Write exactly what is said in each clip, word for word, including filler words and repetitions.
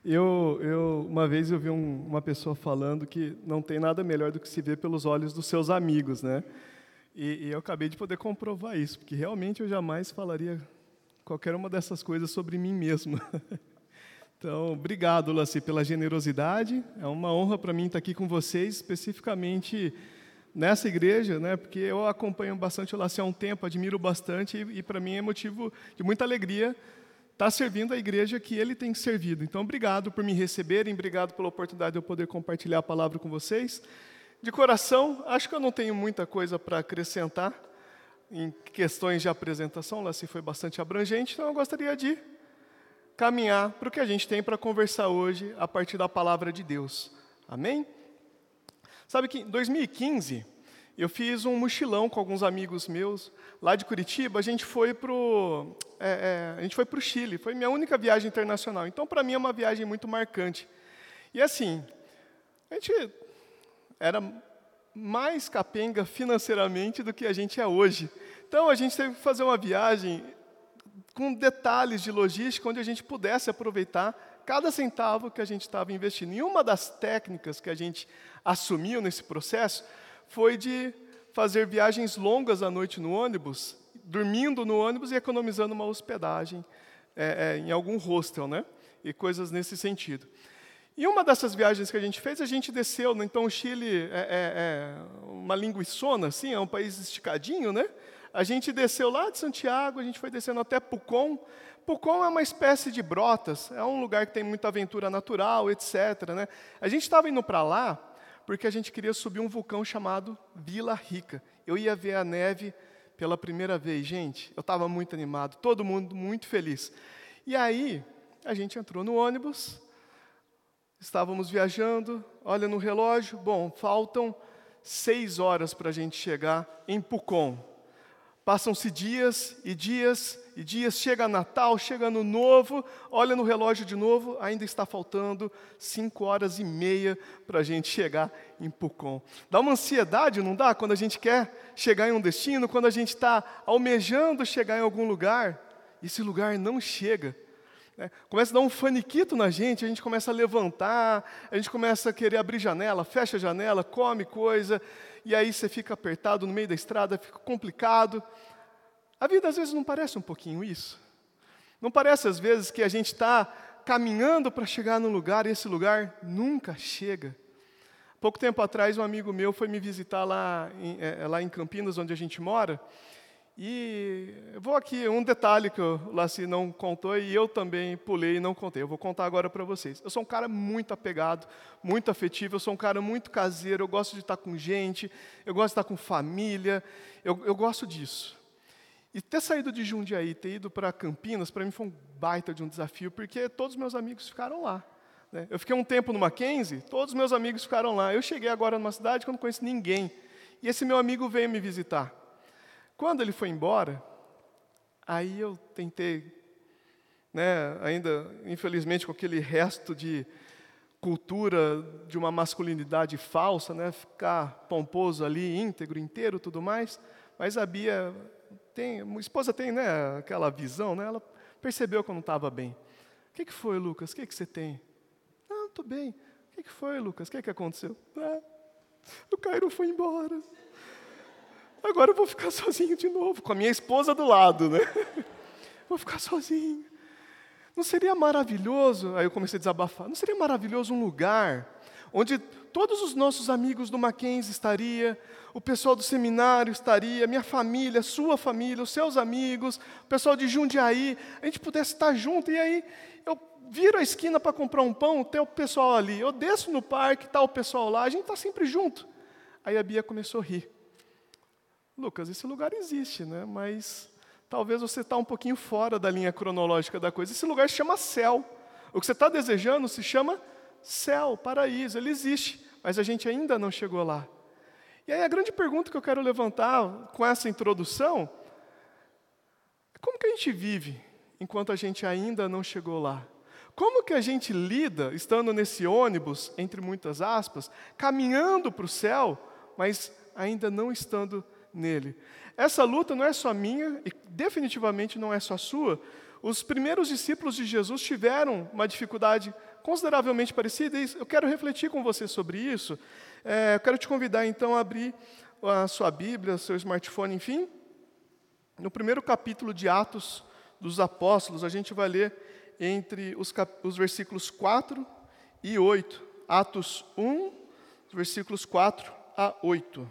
Eu, eu, uma vez eu vi um- uma pessoa falando que não tem nada melhor do que se ver pelos olhos dos seus amigos, né? E, e eu acabei de poder comprovar isso, porque realmente eu jamais falaria qualquer uma dessas coisas sobre mim mesmo. Então, obrigado, Laci, pela generosidade. É uma honra para mim estar aqui com vocês, especificamente nessa igreja, né? Porque eu acompanho bastante o Laci há um tempo, admiro bastante, e, e para mim é motivo de muita alegria estar servindo a igreja que ele tem servido. Então, obrigado por me receberem, obrigado pela oportunidade de eu poder compartilhar a palavra com vocês. De coração, acho que eu não tenho muita coisa para acrescentar em questões de apresentação, Laci foi bastante abrangente, então eu gostaria de caminhar para o que a gente tem para conversar hoje a partir da palavra de Deus. Amém? Sabe que em dois mil e quinze, eu fiz um mochilão com alguns amigos meus, lá de Curitiba, a gente foi para o é, é, a gente foi para o Chile, foi minha única viagem internacional. Então, para mim, é uma viagem muito marcante. E assim, a gente era mais capenga financeiramente do que a gente é hoje. Então, a gente teve que fazer uma viagem com detalhes de logística, onde a gente pudesse aproveitar cada centavo que a gente estava investindo. E uma das técnicas que a gente assumiu nesse processo foi de fazer viagens longas à noite no ônibus, dormindo no ônibus e economizando uma hospedagem é, é, em algum hostel, né? E coisas nesse sentido. E uma dessas viagens que a gente fez, a gente desceu, né? Então o Chile é, é, é uma linguiçona, assim, é um país esticadinho, né? A gente desceu lá de Santiago, a gente foi descendo até Pucón. Pucón é uma espécie de Brotas, é um lugar que tem muita aventura natural, etcétera, né? A gente estava indo para lá porque a gente queria subir um vulcão chamado Vila Rica. Eu ia ver a neve pela primeira vez, gente. Eu estava muito animado, todo mundo muito feliz. E aí, a gente entrou no ônibus, estávamos viajando, olha no relógio, bom, faltam seis horas para a gente chegar em Pucón. Passam-se dias e dias e dias, chega Natal, chega Ano Novo, olha no relógio de novo, ainda está faltando cinco horas e meia para a gente chegar em Pucón. Dá uma ansiedade, não dá? Quando a gente quer chegar em um destino, quando a gente está almejando chegar em algum lugar, e esse lugar não chega. Né? Começa a dar um faniquito na gente, a gente começa a levantar, a gente começa a querer abrir janela, fecha a janela, come coisa, e aí você fica apertado no meio da estrada, fica complicado. A vida às vezes não parece um pouquinho isso? Não parece às vezes que a gente está caminhando para chegar num lugar e esse lugar nunca chega? Pouco tempo atrás um amigo meu foi me visitar lá em, é, lá em Campinas, onde a gente mora, e eu vou aqui, um detalhe que o Laci não contou e eu também pulei e não contei. Eu vou contar agora para vocês. Eu sou um cara muito apegado, muito afetivo, eu sou um cara muito caseiro, eu gosto de estar com gente, eu gosto de estar com família, eu, eu gosto disso. E ter saído de Jundiaí, ter ido para Campinas, para mim foi um baita de um desafio, porque todos os meus amigos ficaram lá. Né? Eu fiquei um tempo no Mackenzie, todos os meus amigos ficaram lá. Eu cheguei agora numa cidade que eu não conheço ninguém. E esse meu amigo veio me visitar. Quando ele foi embora, aí eu tentei, né, ainda, infelizmente, com aquele resto de cultura de uma masculinidade falsa, né, ficar pomposo ali, íntegro, inteiro, tudo mais, mas a Bia tem, a esposa tem, né, aquela visão, né, ela percebeu que eu não estava bem. O que, que foi, Lucas? O que, que você tem? Não, estou bem. O que, que foi, Lucas? O que, que aconteceu? Ah, o Cairo foi embora. Agora eu vou ficar sozinho de novo, com a minha esposa do lado, né? Vou ficar sozinho. Não seria maravilhoso, aí eu comecei a desabafar, não seria maravilhoso um lugar onde todos os nossos amigos do Mackenzie estariam, o pessoal do seminário estaria, minha família, sua família, os seus amigos, o pessoal de Jundiaí, a gente pudesse estar junto, e aí eu viro a esquina para comprar um pão, tem o pessoal ali, eu desço no parque, está o pessoal lá, a gente está sempre junto. Aí a Bia começou a rir. Lucas, esse lugar existe, né? Mas talvez você está um pouquinho fora da linha cronológica da coisa. Esse lugar se chama céu. O que você está desejando se chama céu, paraíso. Ele existe, mas a gente ainda não chegou lá. E aí a grande pergunta que eu quero levantar com essa introdução é como que a gente vive enquanto a gente ainda não chegou lá? Como que a gente lida, estando nesse ônibus, entre muitas aspas, caminhando para o céu, mas ainda não estando nele? Essa luta não é só minha e definitivamente não é só sua. Os primeiros discípulos de Jesus tiveram uma dificuldade consideravelmente parecida, e eu quero refletir com você sobre isso. É, eu quero te convidar, então, a abrir a sua Bíblia, o seu smartphone, enfim. No primeiro capítulo de Atos dos Apóstolos, a gente vai ler entre os, cap... os versículos quatro e oito. Atos um, versículos quatro a oito.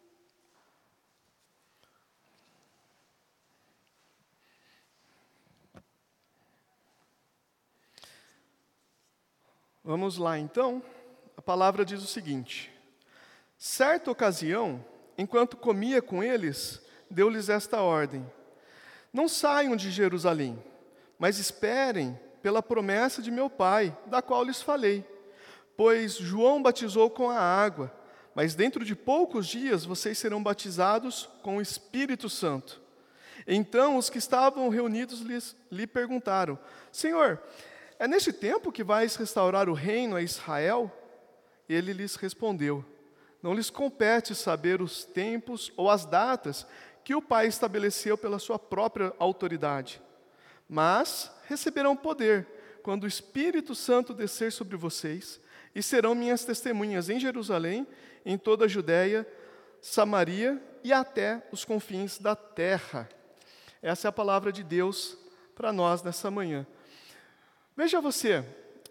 Vamos lá, então. A palavra diz o seguinte: certa ocasião, enquanto comia com eles, deu-lhes esta ordem: não saiam de Jerusalém, mas esperem pela promessa de meu Pai, da qual lhes falei. Pois João batizou com a água, mas dentro de poucos dias vocês serão batizados com o Espírito Santo. Então os que estavam reunidos lhes, lhe perguntaram: Senhor, é neste tempo que vais restaurar o reino a Israel? Ele lhes respondeu: não lhes compete saber os tempos ou as datas que o Pai estabeleceu pela sua própria autoridade. Mas receberão poder quando o Espírito Santo descer sobre vocês, e serão minhas testemunhas em Jerusalém, em toda a Judéia, Samaria e até os confins da terra. Essa é a palavra de Deus para nós nessa manhã. Veja você,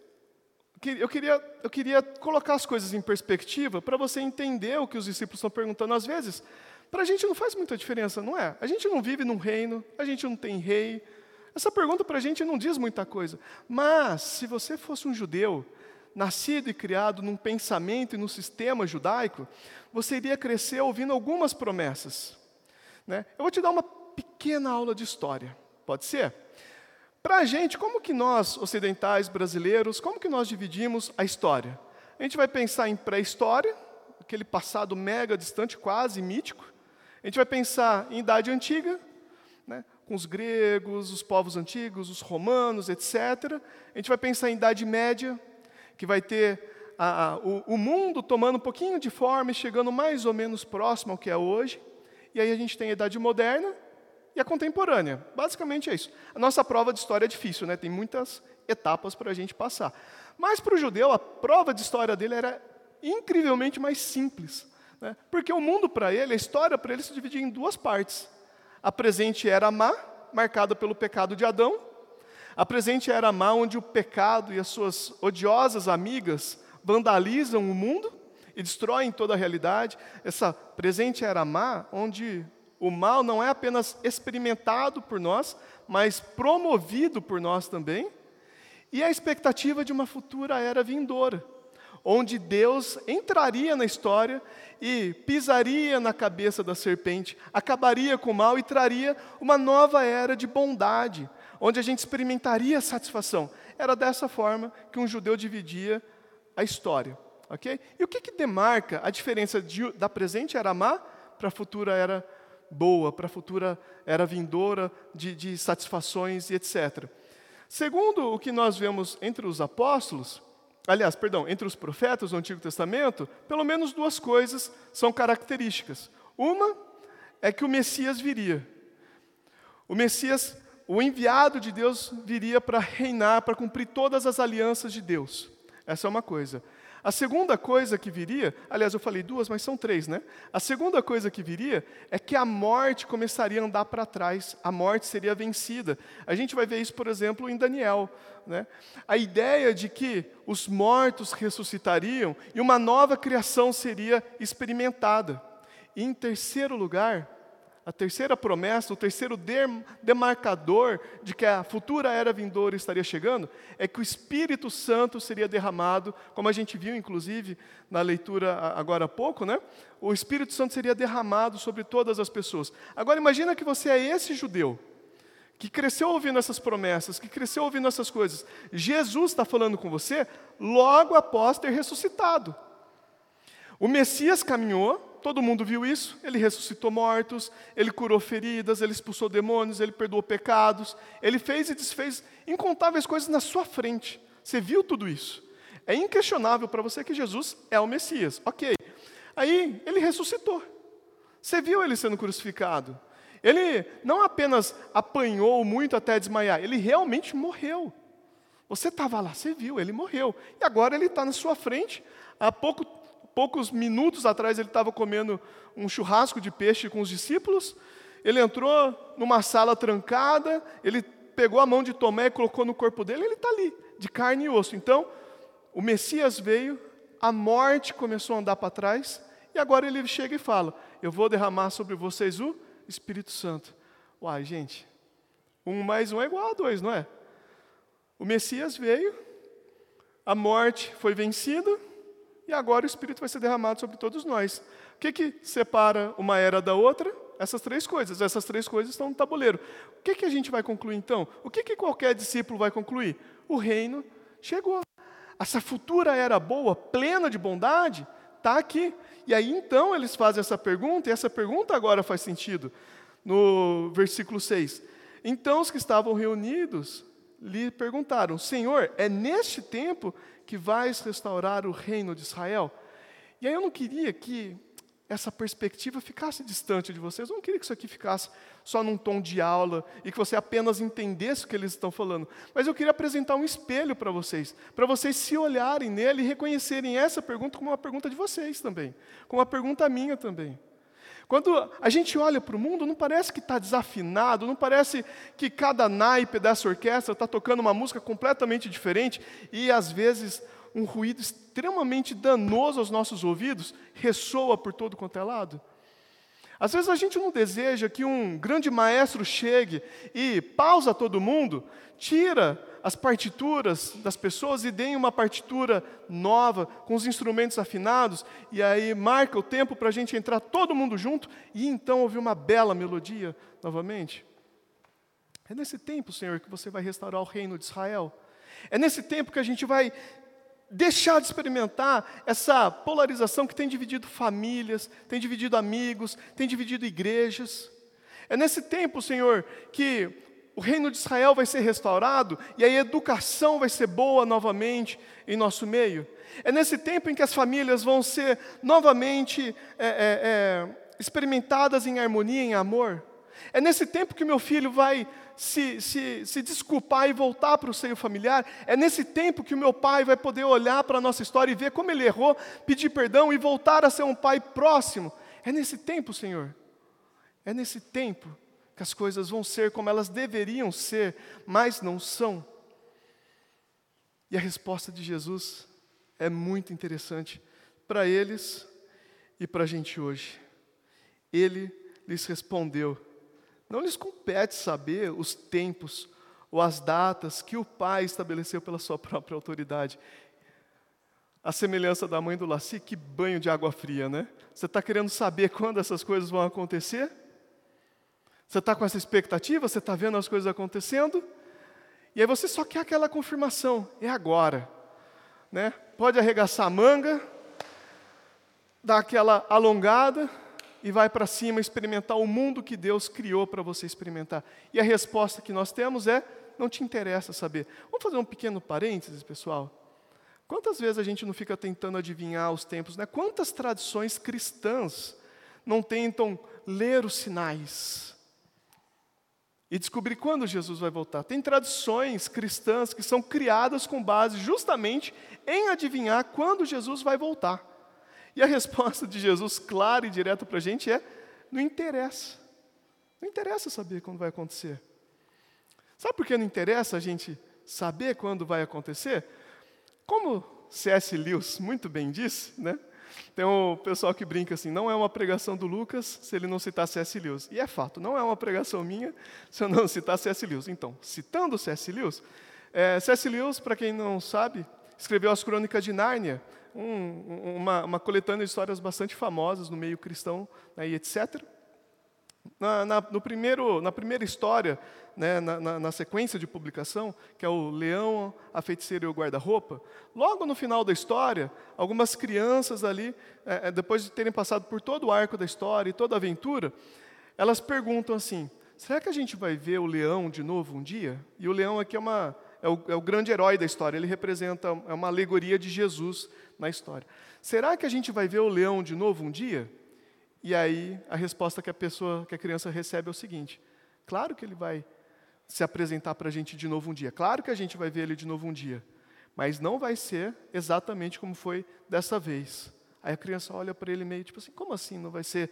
eu queria, eu queria colocar as coisas em perspectiva para você entender o que os discípulos estão perguntando. Às vezes, para a gente não faz muita diferença, não é? A gente não vive num reino, a gente não tem rei. Essa pergunta para a gente não diz muita coisa. Mas, se você fosse um judeu, nascido e criado num pensamento e num sistema judaico, você iria crescer ouvindo algumas promessas, né? Eu vou te dar uma pequena aula de história, pode ser? Para a gente, como que nós, ocidentais, brasileiros, como que nós dividimos a história? A gente vai pensar em pré-história, aquele passado mega distante, quase mítico. A gente vai pensar em Idade Antiga, né, com os gregos, os povos antigos, os romanos, etcétera. A gente vai pensar em Idade Média, que vai ter a, a, o, o mundo tomando um pouquinho de forma e chegando mais ou menos próximo ao que é hoje. E aí a gente tem a Idade Moderna e a contemporânea. Basicamente é isso. A nossa prova de história é difícil, né? Tem muitas etapas para a gente passar. Mas para o judeu, a prova de história dele era incrivelmente mais simples, né? Porque o mundo para ele, a história para ele se dividia em duas partes. A presente era má, marcada pelo pecado de Adão. A presente era má, onde o pecado e as suas odiosas amigas vandalizam o mundo e destroem toda a realidade. Essa presente era má, onde o mal não é apenas experimentado por nós, mas promovido por nós também. E a expectativa de uma futura era vindoura, onde Deus entraria na história e pisaria na cabeça da serpente, acabaria com o mal e traria uma nova era de bondade, onde a gente experimentaria satisfação. Era dessa forma que um judeu dividia a história. Okay? E o que, que demarca a diferença de, da presente era má para a futura era boa, para a futura era vindoura de, de satisfações e etcétera. Segundo o que nós vemos entre os apóstolos, aliás, perdão, entre os profetas do Antigo Testamento, pelo menos duas coisas são características. Uma é que o Messias viria. O Messias, o enviado de Deus, viria para reinar, para cumprir todas as alianças de Deus. Essa é uma coisa. A segunda coisa que viria, aliás, eu falei duas, mas são três, né? A segunda coisa que viria é que a morte começaria a andar para trás, a morte seria vencida. A gente vai ver isso, por exemplo, em Daniel, né? A ideia de que os mortos ressuscitariam e uma nova criação seria experimentada. E em terceiro lugar, a terceira promessa, o terceiro demarcador de que a futura era vindoura estaria chegando, é que o Espírito Santo seria derramado, como a gente viu, inclusive, na leitura agora há pouco, né? O Espírito Santo seria derramado sobre todas as pessoas. Agora, imagina que você é esse judeu, que cresceu ouvindo essas promessas, que cresceu ouvindo essas coisas. Jesus está falando com você logo após ter ressuscitado. O Messias caminhou, todo mundo viu isso, ele ressuscitou mortos, ele curou feridas, ele expulsou demônios, ele perdoou pecados, ele fez e desfez incontáveis coisas na sua frente. Você viu tudo isso? É inquestionável para você que Jesus é o Messias. Ok. Aí, ele ressuscitou. Você viu ele sendo crucificado? Ele não apenas apanhou muito até desmaiar, ele realmente morreu. Você estava lá, você viu, ele morreu. E agora ele está na sua frente. Há pouco, poucos minutos atrás ele estava comendo um churrasco de peixe com os discípulos. Ele entrou numa sala trancada, ele pegou a mão de Tomé e colocou no corpo dele, ele está ali, de carne e osso. Então, o Messias veio, a morte começou a andar para trás, e agora ele chega e fala, eu vou derramar sobre vocês o Espírito Santo. Uai, gente, um mais um é igual a dois, não é? O Messias veio, a morte foi vencida, e agora o Espírito vai ser derramado sobre todos nós. O que que separa uma era da outra? Essas três coisas. Essas três coisas estão no tabuleiro. O que que a gente vai concluir então? O que que qualquer discípulo vai concluir? O reino chegou. Essa futura era boa, plena de bondade, está aqui. E aí então eles fazem essa pergunta, e essa pergunta agora faz sentido. No versículo seis. Então os que estavam reunidos lhe perguntaram, Senhor, é neste tempo que vais restaurar o reino de Israel? E aí eu não queria que essa perspectiva ficasse distante de vocês. Eu não queria que isso aqui ficasse só num tom de aula e que você apenas entendesse o que eles estão falando. Mas eu queria apresentar um espelho para vocês, para vocês se olharem nele e reconhecerem essa pergunta como uma pergunta de vocês também, como uma pergunta minha também. Quando a gente olha para o mundo, não parece que está desafinado, não parece que cada naipe dessa orquestra está tocando uma música completamente diferente e, às vezes, um ruído extremamente danoso aos nossos ouvidos ressoa por todo quanto é lado. Às vezes a gente não deseja que um grande maestro chegue e pausa todo mundo, tira as partituras das pessoas e dê uma partitura nova, com os instrumentos afinados, e aí marca o tempo para a gente entrar todo mundo junto e então ouvir uma bela melodia novamente. É nesse tempo, Senhor, que você vai restaurar o reino de Israel. É nesse tempo que a gente vai deixar de experimentar essa polarização que tem dividido famílias, tem dividido amigos, tem dividido igrejas. É nesse tempo, Senhor, que o reino de Israel vai ser restaurado e a educação vai ser boa novamente em nosso meio. É nesse tempo em que as famílias vão ser novamente é, é, é, experimentadas em harmonia, em amor. É nesse tempo que meu filho vai se, se, se desculpar e voltar para o seio familiar. É nesse tempo que o meu pai vai poder olhar para a nossa história e ver como ele errou, pedir perdão e voltar a ser um pai próximo. É nesse tempo, Senhor. É nesse tempo que as coisas vão ser como elas deveriam ser, mas não são. E a resposta de Jesus é muito interessante para eles e para a gente hoje. Ele lhes respondeu, não lhes compete saber os tempos ou as datas que o Pai estabeleceu pela sua própria autoridade. A semelhança da mãe do Laci, que banho de água fria, né? Você está querendo saber quando essas coisas vão acontecer? Você está com essa expectativa? Você está vendo as coisas acontecendo? E aí você só quer aquela confirmação, é agora. Né? Pode arregaçar a manga, dar aquela alongada e vai para cima experimentar o mundo que Deus criou para você experimentar. E a resposta que nós temos é, não te interessa saber. Vamos fazer um pequeno parênteses, pessoal? Quantas vezes a gente não fica tentando adivinhar os tempos, né? Quantas tradições cristãs não tentam ler os sinais e descobrir quando Jesus vai voltar? Tem tradições cristãs que são criadas com base justamente em adivinhar quando Jesus vai voltar. E a resposta de Jesus, clara e direta para a gente é, não interessa. Não interessa saber quando vai acontecer. Sabe por que não interessa a gente saber quando vai acontecer? Como C S Lewis muito bem disse, né? Tem um pessoal que brinca assim, não é uma pregação do Lucas se ele não citar C S Lewis. E é fato, não é uma pregação minha se eu não citar C S Lewis. Então, citando C S Lewis, é, C S Lewis, para quem não sabe, escreveu as Crônicas de Nárnia, um, uma, uma coletânea de histórias bastante famosas no meio cristão, né, e etcétera. Na, na, no primeiro, na primeira história, né, na, na, na sequência de publicação, que é o Leão, a Feiticeira e o Guarda-Roupa, logo no final da história, algumas crianças ali, é, depois de terem passado por todo o arco da história e toda a aventura, elas perguntam assim, será que a gente vai ver o leão de novo um dia? E o leão aqui é, uma, é, o, é o grande herói da história, ele representa, é uma alegoria de Jesus na história. Será que a gente vai ver o leão de novo um dia? E aí, a resposta que a pessoa, que a criança recebe é o seguinte, claro que ele vai se apresentar para a gente de novo um dia. Claro que a gente vai ver ele de novo um dia, mas não vai ser exatamente como foi dessa vez. Aí a criança olha para ele meio tipo assim, como assim não vai ser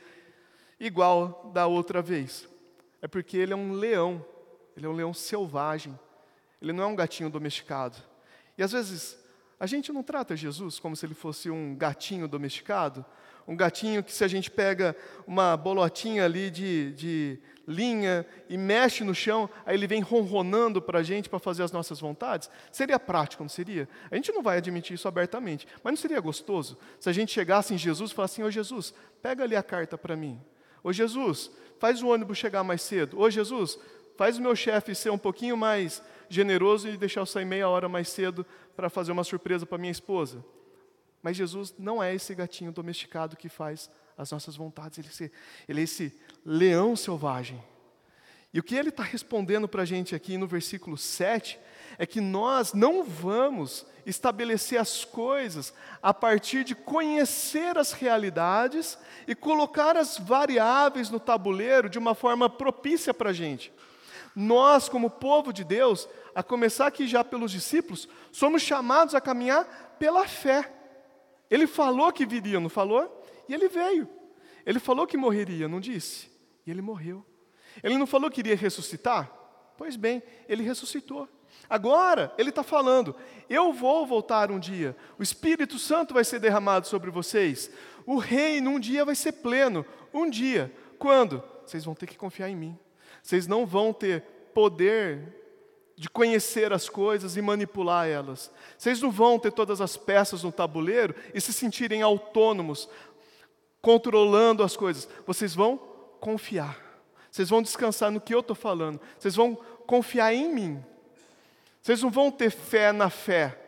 igual da outra vez? É porque ele é um leão, ele é um leão selvagem, ele não é um gatinho domesticado. E às vezes, a gente não trata Jesus como se ele fosse um gatinho domesticado, um gatinho que se a gente pega uma bolotinha ali de, de linha e mexe no chão, aí ele vem ronronando para a gente para fazer as nossas vontades. Seria prático, não seria? A gente não vai admitir isso abertamente, mas não seria gostoso se a gente chegasse em Jesus e falasse assim, ô Jesus, pega ali a carta para mim. Ô Jesus, faz o ônibus chegar mais cedo. Ô Jesus, faz o meu chefe ser um pouquinho mais generoso e deixar eu sair meia hora mais cedo para fazer uma surpresa para minha esposa. Mas Jesus não é esse gatinho domesticado que faz as nossas vontades. Ele é esse, ele é esse leão selvagem. E o que ele está respondendo para a gente aqui no versículo sete é que nós não vamos estabelecer as coisas a partir de conhecer as realidades e colocar as variáveis no tabuleiro de uma forma propícia para a gente. Nós, como povo de Deus, a começar aqui já pelos discípulos, somos chamados a caminhar pela fé. Ele falou que viria, não falou? E ele veio. Ele falou que morreria, não disse? E ele morreu. Ele não falou que iria ressuscitar? Pois bem, ele ressuscitou. Agora, ele está falando, eu vou voltar um dia, o Espírito Santo vai ser derramado sobre vocês, o reino um dia vai ser pleno, um dia. Quando? Vocês vão ter que confiar em mim. Vocês não vão ter poder de conhecer as coisas e manipular elas. Vocês não vão ter todas as peças no tabuleiro e se sentirem autônomos, controlando as coisas. Vocês vão confiar. Vocês vão descansar no que eu estou falando. Vocês vão confiar em mim. Vocês não vão ter fé na fé,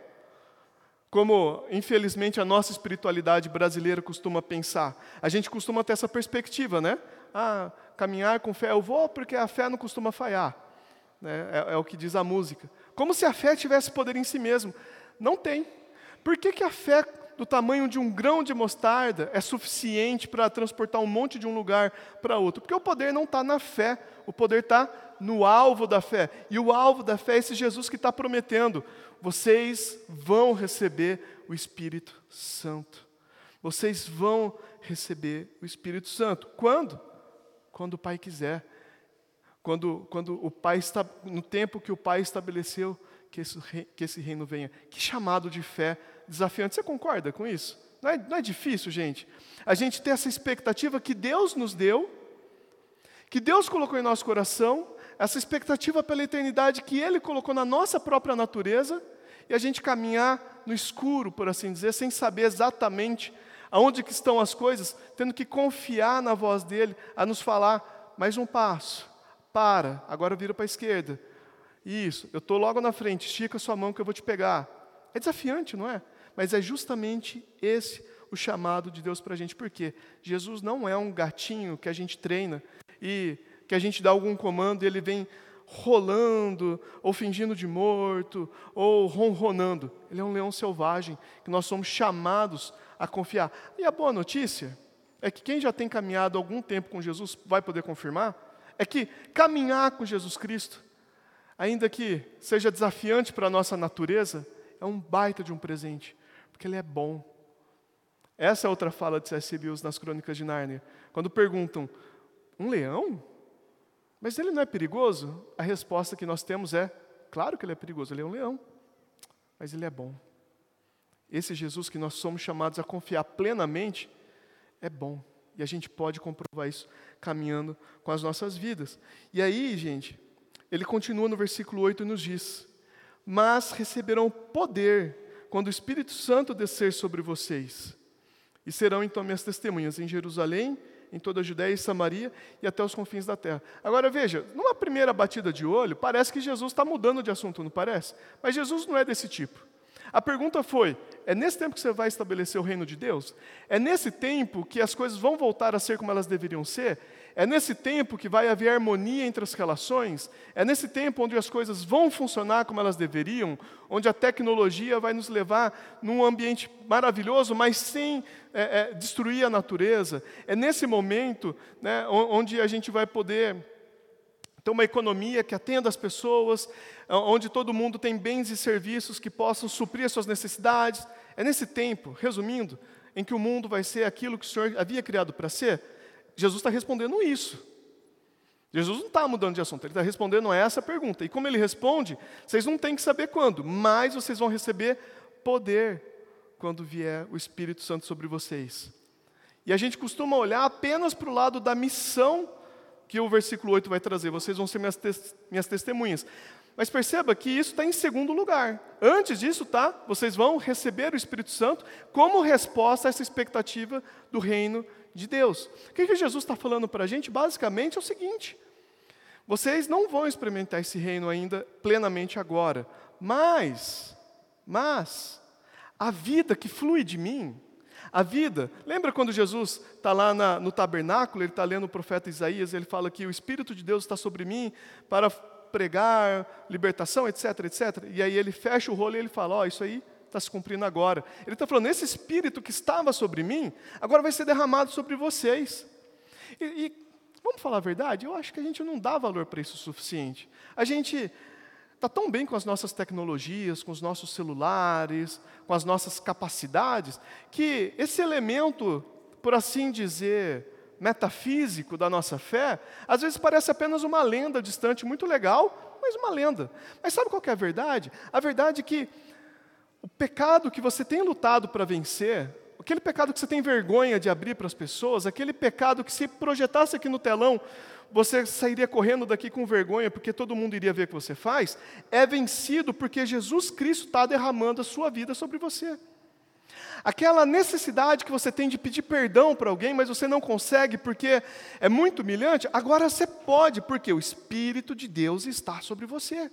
como, infelizmente, a nossa espiritualidade brasileira costuma pensar. A gente costuma ter essa perspectiva, né? Ah, caminhar com fé, eu vou porque a fé não costuma falhar. Né? É, é o que diz a música. Como se a fé tivesse poder em si mesmo. Não tem. Por que que a fé do tamanho de um grão de mostarda é suficiente para transportar um monte de um lugar para outro? Porque o poder não está na fé, o poder está no alvo da fé. E o alvo da fé é esse Jesus que está prometendo. Vocês vão receber o Espírito Santo. Vocês vão receber o Espírito Santo. Quando? Quando o Pai quiser. Quando, quando o Pai está, no tempo que o Pai estabeleceu que esse, que esse reino venha. Que chamado de fé desafiante. Você concorda com isso? Não é, não é difícil, gente? A gente ter essa expectativa que Deus nos deu, que Deus colocou em nosso coração, essa expectativa pela eternidade que Ele colocou na nossa própria natureza, e a gente caminhar no escuro, por assim dizer, sem saber exatamente aonde que estão as coisas, tendo que confiar na voz dEle, a nos falar, mais um passo, para, agora vira para a esquerda. Isso, eu estou logo na frente, estica a sua mão que eu vou te pegar. É desafiante, não é? Mas é justamente esse o chamado de Deus para a gente. Por quê? Jesus não é um gatinho que a gente treina e que a gente dá algum comando e ele vem rolando, ou fingindo de morto, ou ronronando. Ele é um leão selvagem, que nós somos chamados a confiar. E a boa notícia é que quem já tem caminhado algum tempo com Jesus vai poder confirmar, é que caminhar com Jesus Cristo, ainda que seja desafiante para a nossa natureza, é um baita de um presente, porque ele é bom. Essa é outra fala de C S Lewis nas Crônicas de Nárnia. Quando perguntam, um leão? Mas ele não é perigoso? A resposta que nós temos é, claro que ele é perigoso, ele é um leão, mas ele é bom. Esse Jesus que nós somos chamados a confiar plenamente, é bom. E a gente pode comprovar isso caminhando com as nossas vidas. E aí, gente, ele continua no versículo oito e nos diz, mas receberão poder quando o Espírito Santo descer sobre vocês. E serão então minhas testemunhas em Jerusalém, em toda a Judéia e Samaria e até os confins da terra. Agora veja, numa primeira batida de olho, parece que Jesus está mudando de assunto, não parece? Mas Jesus não é desse tipo. A pergunta foi, é nesse tempo que você vai estabelecer o reino de Deus? É nesse tempo que as coisas vão voltar a ser como elas deveriam ser? É nesse tempo que vai haver harmonia entre as relações? É nesse tempo onde as coisas vão funcionar como elas deveriam? Onde a tecnologia vai nos levar num ambiente maravilhoso, mas sem é, é, destruir a natureza? É nesse momento, né, onde a gente vai poder ter uma economia que atenda as pessoas, onde todo mundo tem bens e serviços que possam suprir as suas necessidades. É nesse tempo, resumindo, em que o mundo vai ser aquilo que o Senhor havia criado para ser. Jesus está respondendo isso. Jesus não está mudando de assunto, ele está respondendo a essa pergunta. E como ele responde, vocês não têm que saber quando, mas vocês vão receber poder quando vier o Espírito Santo sobre vocês. E a gente costuma olhar apenas para o lado da missão que o versículo oito vai trazer. Vocês vão ser minhas, tes- minhas testemunhas. Mas perceba que isso está em segundo lugar. Antes disso, tá? Vocês vão receber o Espírito Santo como resposta a essa expectativa do reino de Deus. O que, que Jesus está falando para a gente? Basicamente é o seguinte: vocês não vão experimentar esse reino ainda plenamente agora, mas, mas, a vida que flui de mim, a vida, lembra quando Jesus está lá na, no tabernáculo, ele está lendo o profeta Isaías, ele fala que o Espírito de Deus está sobre mim para pregar libertação, etc, etcétera. E aí ele fecha o rolo e ele fala, ó, oh, isso aí está se cumprindo agora. Ele está falando, esse Espírito que estava sobre mim, agora vai ser derramado sobre vocês. E, e vamos falar a verdade? Eu acho que a gente não dá valor para isso o suficiente. A gente está tão bem com as nossas tecnologias, com os nossos celulares, com as nossas capacidades, que esse elemento, por assim dizer, metafísico da nossa fé, às vezes parece apenas uma lenda distante, muito legal, mas uma lenda. Mas sabe qual que é a verdade? A verdade é que o pecado que você tem lutado para vencer, aquele pecado que você tem vergonha de abrir para as pessoas, aquele pecado que se projetasse aqui no telão, você sairia correndo daqui com vergonha, porque todo mundo iria ver o que você faz, é vencido porque Jesus Cristo está derramando a sua vida sobre você. Aquela necessidade que você tem de pedir perdão para alguém, mas você não consegue porque é muito humilhante, agora você pode, porque o Espírito de Deus está sobre você.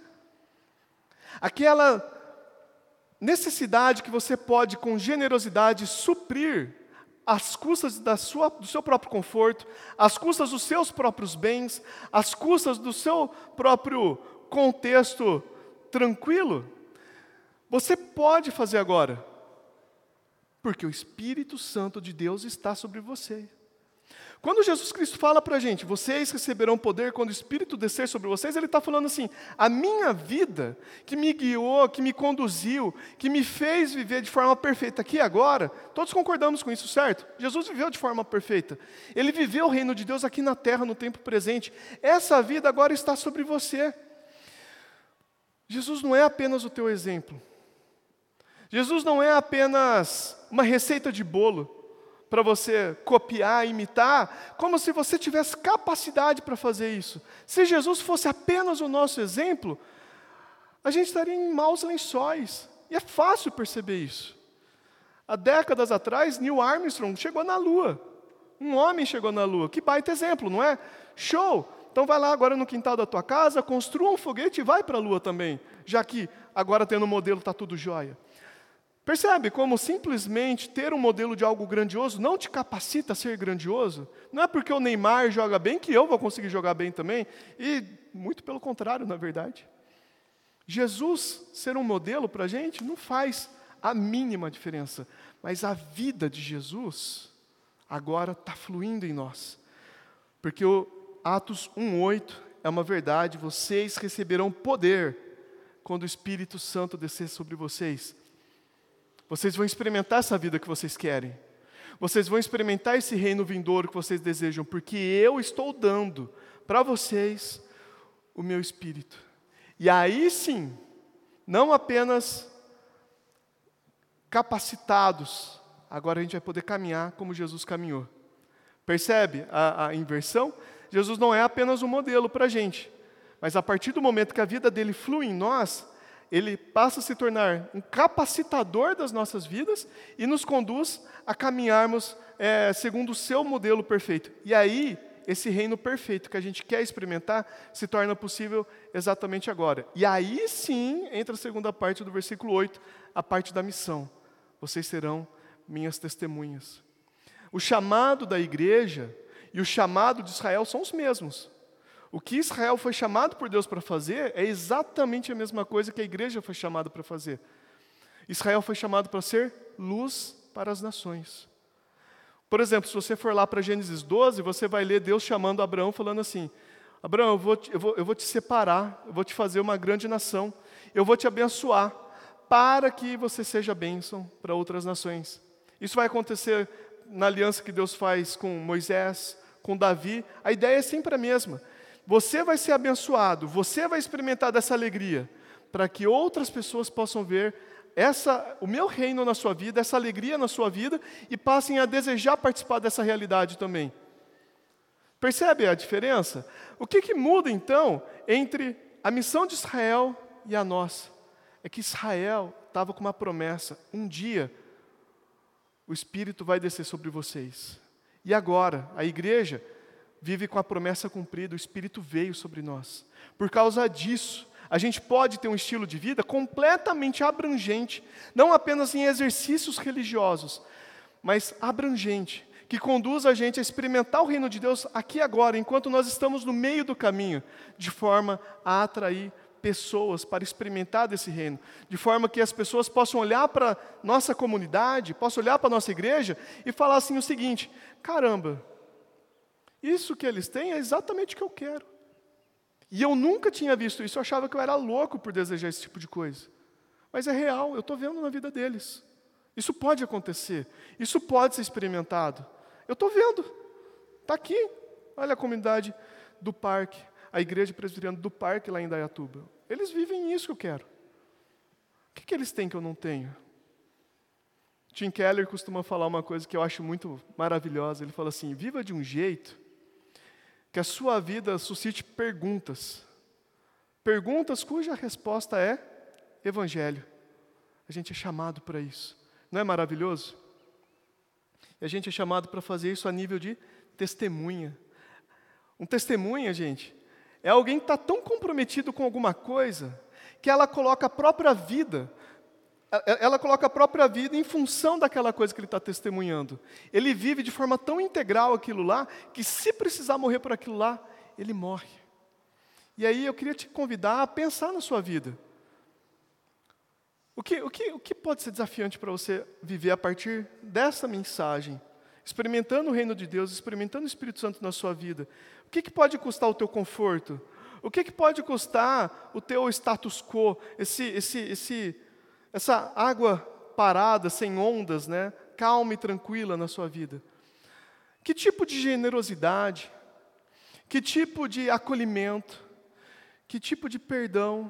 Aquela necessidade que você pode, com generosidade, suprir às custas da sua, do seu próprio conforto, às custas dos seus próprios bens, às custas do seu próprio contexto tranquilo, você pode fazer agora, porque o Espírito Santo de Deus está sobre você. Quando Jesus Cristo fala para a gente, vocês receberão poder quando o Espírito descer sobre vocês, Ele está falando assim, a minha vida, que me guiou, que me conduziu, que me fez viver de forma perfeita aqui e agora, todos concordamos com isso, certo? Jesus viveu de forma perfeita. Ele viveu o reino de Deus aqui na terra, no tempo presente. Essa vida agora está sobre você. Jesus não é apenas o teu exemplo. Jesus não é apenas uma receita de bolo para você copiar, imitar, como se você tivesse capacidade para fazer isso. Se Jesus fosse apenas o nosso exemplo, a gente estaria em maus lençóis. E é fácil perceber isso. Há décadas atrás, Neil Armstrong chegou na Lua. Um homem chegou na Lua. Que baita exemplo, não é? Show! Então vai lá agora no quintal da tua casa, construa um foguete e vai para a Lua também, já que agora tendo um modelo está tudo jóia. Percebe como simplesmente ter um modelo de algo grandioso não te capacita a ser grandioso? Não é porque o Neymar joga bem que eu vou conseguir jogar bem também. E muito pelo contrário, na verdade. Jesus ser um modelo para a gente não faz a mínima diferença. Mas a vida de Jesus agora está fluindo em nós. Porque o Atos um, oito é uma verdade. Vocês receberão poder quando o Espírito Santo descer sobre vocês. Vocês vão experimentar essa vida que vocês querem. Vocês vão experimentar esse reino vindouro que vocês desejam, porque eu estou dando para vocês o meu Espírito. E aí sim, não apenas capacitados, agora a gente vai poder caminhar como Jesus caminhou. Percebe a, a inversão? Jesus não é apenas um modelo para a gente, mas a partir do momento que a vida dele flui em nós, Ele passa a se tornar um capacitador das nossas vidas e nos conduz a caminharmos é, segundo o seu modelo perfeito. E aí, esse reino perfeito que a gente quer experimentar se torna possível exatamente agora. E aí sim, entra a segunda parte do versículo oito, a parte da missão. Vocês serão minhas testemunhas. O chamado da igreja e o chamado de Israel são os mesmos. O que Israel foi chamado por Deus para fazer é exatamente a mesma coisa que a igreja foi chamada para fazer. Israel foi chamado para ser luz para as nações. Por exemplo, se você for lá para Gênesis doze, você vai ler Deus chamando Abraão, falando assim, Abraão, eu vou, te, eu, vou, eu vou te separar, eu vou te fazer uma grande nação, eu vou te abençoar, para que você seja bênção para outras nações. Isso vai acontecer na aliança que Deus faz com Moisés, com Davi. A ideia é sempre a mesma. Você vai ser abençoado, você vai experimentar dessa alegria, para que outras pessoas possam ver essa, o meu reino na sua vida, essa alegria na sua vida, e passem a desejar participar dessa realidade também. Percebe a diferença? O que, que muda, então, entre a missão de Israel e a nossa? É que Israel estava com uma promessa. Um dia, o Espírito vai descer sobre vocês. E agora, a igreja vive com a promessa cumprida. O Espírito veio sobre nós. Por causa disso, a gente pode ter um estilo de vida completamente abrangente. Não apenas em exercícios religiosos, mas abrangente, que conduz a gente a experimentar o reino de Deus aqui e agora, enquanto nós estamos no meio do caminho, de forma a atrair pessoas para experimentar desse reino, de forma que as pessoas possam olhar para nossa comunidade, possam olhar para a nossa igreja e falar assim o seguinte: caramba, isso que eles têm é exatamente o que eu quero. E eu nunca tinha visto isso, eu achava que eu era louco por desejar esse tipo de coisa. Mas é real, eu estou vendo na vida deles. Isso pode acontecer, isso pode ser experimentado. Eu estou vendo, está aqui. Olha a comunidade do Parque, a igreja presbiteriana do Parque lá em Indaiatuba. Eles vivem isso que eu quero. O que, que eles têm que eu não tenho? Tim Keller costuma falar uma coisa que eu acho muito maravilhosa. Ele fala assim: viva de um jeito que a sua vida suscite perguntas. Perguntas cuja resposta é Evangelho. A gente é chamado para isso. Não é maravilhoso? E a gente é chamado para fazer isso a nível de testemunha. Um testemunha, gente, é alguém que está tão comprometido com alguma coisa que ela coloca a própria vida, ela coloca a própria vida em função daquela coisa que ele está testemunhando. Ele vive de forma tão integral aquilo lá, que se precisar morrer por aquilo lá, ele morre. E aí eu queria te convidar a pensar na sua vida. O que, o que, o que pode ser desafiante para você viver a partir dessa mensagem? Experimentando o reino de Deus, experimentando o Espírito Santo na sua vida. O que, que pode custar o teu conforto? O que, que pode custar o teu status quo? Esse, esse, esse, essa água parada, sem ondas, né? Calma e tranquila na sua vida. Que tipo de generosidade? Que tipo de acolhimento? Que tipo de perdão?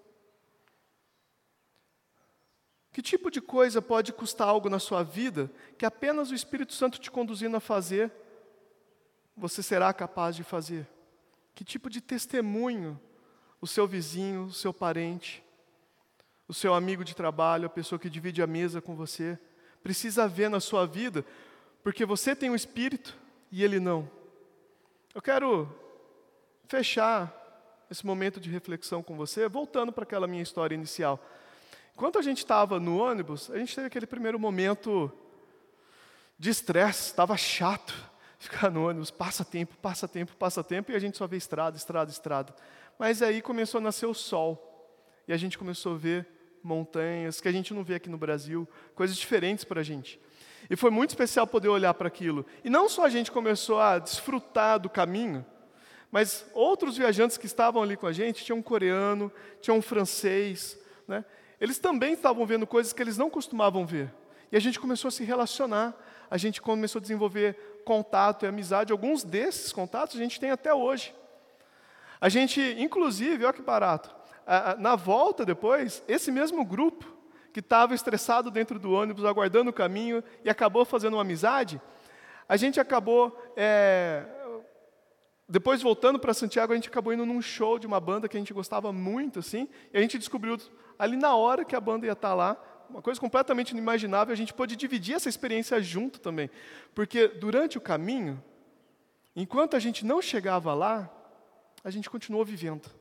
Que tipo de coisa pode custar algo na sua vida que apenas o Espírito Santo te conduzindo a fazer, você será capaz de fazer? Que tipo de testemunho o seu vizinho, o seu parente, o seu amigo de trabalho, a pessoa que divide a mesa com você, precisa ver na sua vida, porque você tem o Espírito e ele não? Eu quero fechar esse momento de reflexão com você, voltando para aquela minha história inicial. Enquanto a gente estava no ônibus, a gente teve aquele primeiro momento de estresse, estava chato ficar no ônibus, passa tempo, passa tempo, passa tempo, e a gente só vê estrada, estrada, estrada. Mas aí começou a nascer o sol, e a gente começou a ver montanhas, que a gente não vê aqui no Brasil, coisas diferentes para a gente. E foi muito especial poder olhar para aquilo. E não só a gente começou a desfrutar do caminho, mas outros viajantes que estavam ali com a gente, tinha um coreano, tinha um francês, né? Eles também estavam vendo coisas que eles não costumavam ver. E a gente começou a se relacionar, a gente começou a desenvolver contato e amizade. Alguns desses contatos a gente tem até hoje. A gente, inclusive, olha que barato, na volta depois, esse mesmo grupo que estava estressado dentro do ônibus, aguardando o caminho e acabou fazendo uma amizade, a gente acabou, é, depois voltando para Santiago, a gente acabou indo num show de uma banda que a gente gostava muito, assim, e a gente descobriu ali na hora que a banda ia estar lá, uma coisa completamente inimaginável, a gente pôde dividir essa experiência junto também. Porque durante o caminho, enquanto a gente não chegava lá, a gente continuou vivendo.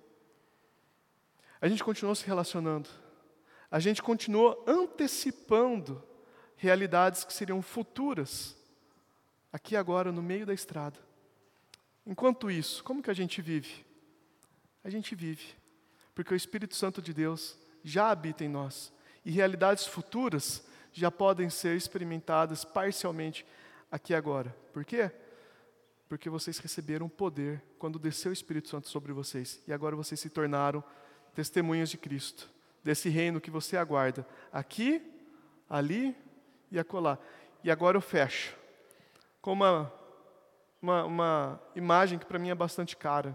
A gente continuou se relacionando. A gente continuou antecipando realidades que seriam futuras, aqui agora, no meio da estrada. Enquanto isso, como que a gente vive? A gente vive, porque o Espírito Santo de Deus já habita em nós. E realidades futuras já podem ser experimentadas parcialmente aqui agora. Por quê? porque vocês receberam poder quando desceu o Espírito Santo sobre vocês. E agora vocês se tornaram testemunhas de Cristo, desse reino que você aguarda, aqui, ali e acolá. E agora eu fecho com uma, uma, uma imagem que para mim é bastante cara.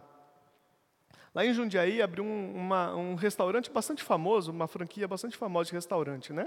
Lá em Jundiaí abriu um, uma, um restaurante bastante famoso, uma franquia bastante famosa de restaurante, né?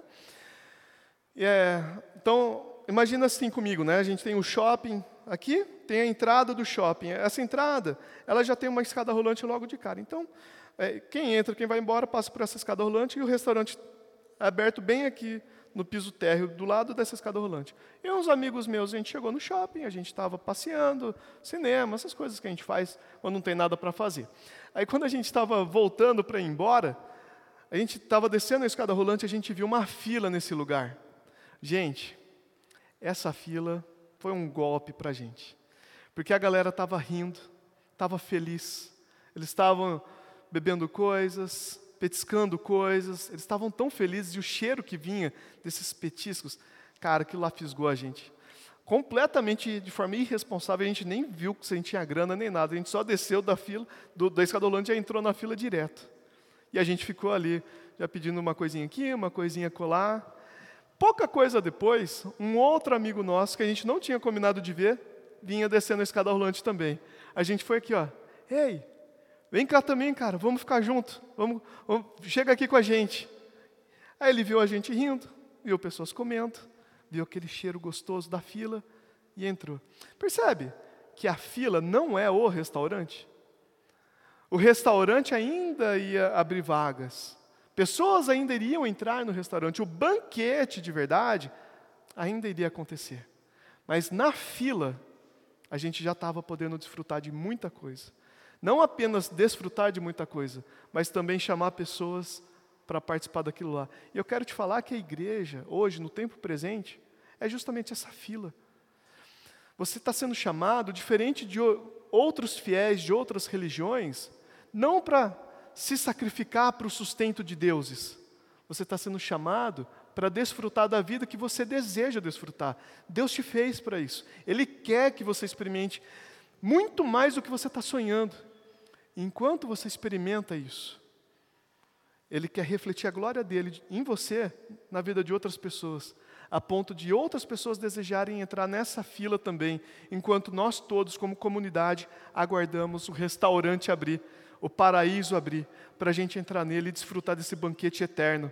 E é, então, imagina assim comigo, né? A gente tem o shopping aqui, tem a entrada do shopping. Essa entrada, ela já tem uma escada rolante logo de cara. Então, é, quem entra, quem vai embora, passa por essa escada rolante e o restaurante é aberto bem aqui no piso térreo, do lado dessa escada rolante. E uns amigos meus, a gente chegou no shopping, a gente estava passeando, cinema, essas coisas que a gente faz quando não tem nada para fazer. Aí, quando a gente estava voltando para ir embora, a gente estava descendo a escada rolante e a gente viu uma fila nesse lugar. Gente, essa fila foi um golpe para a gente, porque a galera estava rindo, estava feliz, eles estavam bebendo coisas, petiscando coisas, eles estavam tão felizes, e o cheiro que vinha desses petiscos, cara, aquilo lá fisgou a gente. Completamente, de forma irresponsável, a gente nem viu se a gente tinha grana nem nada, a gente só desceu da fila, do, da escada rolante e já entrou na fila direto. E a gente ficou ali, já pedindo uma coisinha aqui, uma coisinha colar. Pouca coisa depois, um outro amigo nosso, que a gente não tinha combinado de ver, vinha descendo a escada rolante também. A gente foi aqui, ó, ei, vem cá também, cara, vamos ficar junto, vamos, vamos, chega aqui com a gente. Aí ele viu a gente rindo, viu pessoas comendo, viu aquele cheiro gostoso da fila e entrou. Percebe que a fila não é o restaurante? O restaurante ainda ia abrir vagas. Pessoas ainda iriam entrar no restaurante. O banquete de verdade ainda iria acontecer. Mas na fila, a gente já estava podendo desfrutar de muita coisa. Não apenas desfrutar de muita coisa, mas também chamar pessoas para participar daquilo lá. E eu quero te falar que a igreja, hoje, no tempo presente, é justamente essa fila. Você está sendo chamado, diferente de outros fiéis de outras religiões, não para se sacrificar para o sustento de deuses. Você está sendo chamado para desfrutar da vida que você deseja desfrutar. Deus te fez para isso. Ele quer que você experimente muito mais do que você está sonhando. Enquanto você experimenta isso, Ele quer refletir a glória dele em você, na vida de outras pessoas, a ponto de outras pessoas desejarem entrar nessa fila também, enquanto nós todos, como comunidade, aguardamos o restaurante abrir, o paraíso abrir, para a gente entrar nele e desfrutar desse banquete eterno.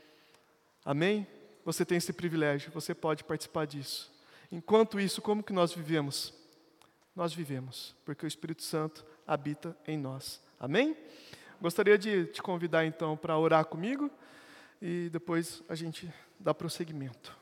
Amém? Você tem esse privilégio, você pode participar disso. Enquanto isso, como que nós vivemos? Nós vivemos, porque o Espírito Santo habita em nós. Amém? Gostaria de te convidar então para orar comigo e depois a gente dá prosseguimento.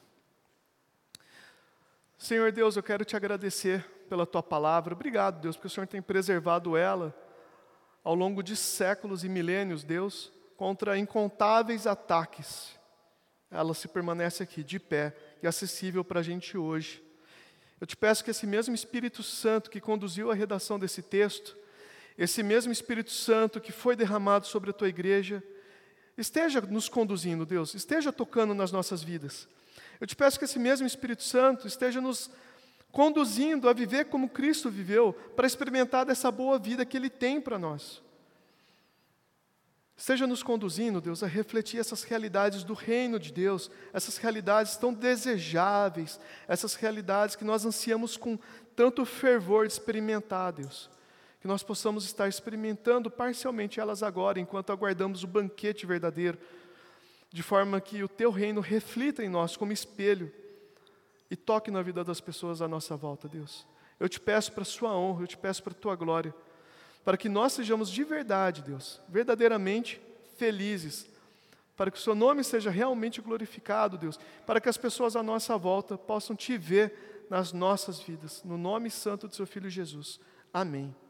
Senhor Deus, eu quero te agradecer pela tua palavra. Obrigado, Deus, porque o Senhor tem preservado ela ao longo de séculos e milênios, Deus, contra incontáveis ataques. Ela se permanece aqui, de pé e acessível para a gente hoje. Eu te peço que esse mesmo Espírito Santo que conduziu a redação desse texto, esse mesmo Espírito Santo que foi derramado sobre a tua igreja, esteja nos conduzindo, Deus, esteja tocando nas nossas vidas. Eu te peço que esse mesmo Espírito Santo esteja nos conduzindo a viver como Cristo viveu, para experimentar dessa boa vida que Ele tem para nós. Esteja nos conduzindo, Deus, a refletir essas realidades do reino de Deus, essas realidades tão desejáveis, essas realidades que nós ansiamos com tanto fervor de experimentar, Deus. Que nós possamos estar experimentando parcialmente elas agora, enquanto aguardamos o banquete verdadeiro, de forma que o Teu reino reflita em nós como espelho e toque na vida das pessoas à nossa volta, Deus. Eu te peço para a Sua honra, eu te peço para a Tua glória, para que nós sejamos de verdade, Deus, verdadeiramente felizes, para que o Seu nome seja realmente glorificado, Deus, para que as pessoas à nossa volta possam Te ver nas nossas vidas, no nome santo do Seu Filho Jesus. Amém.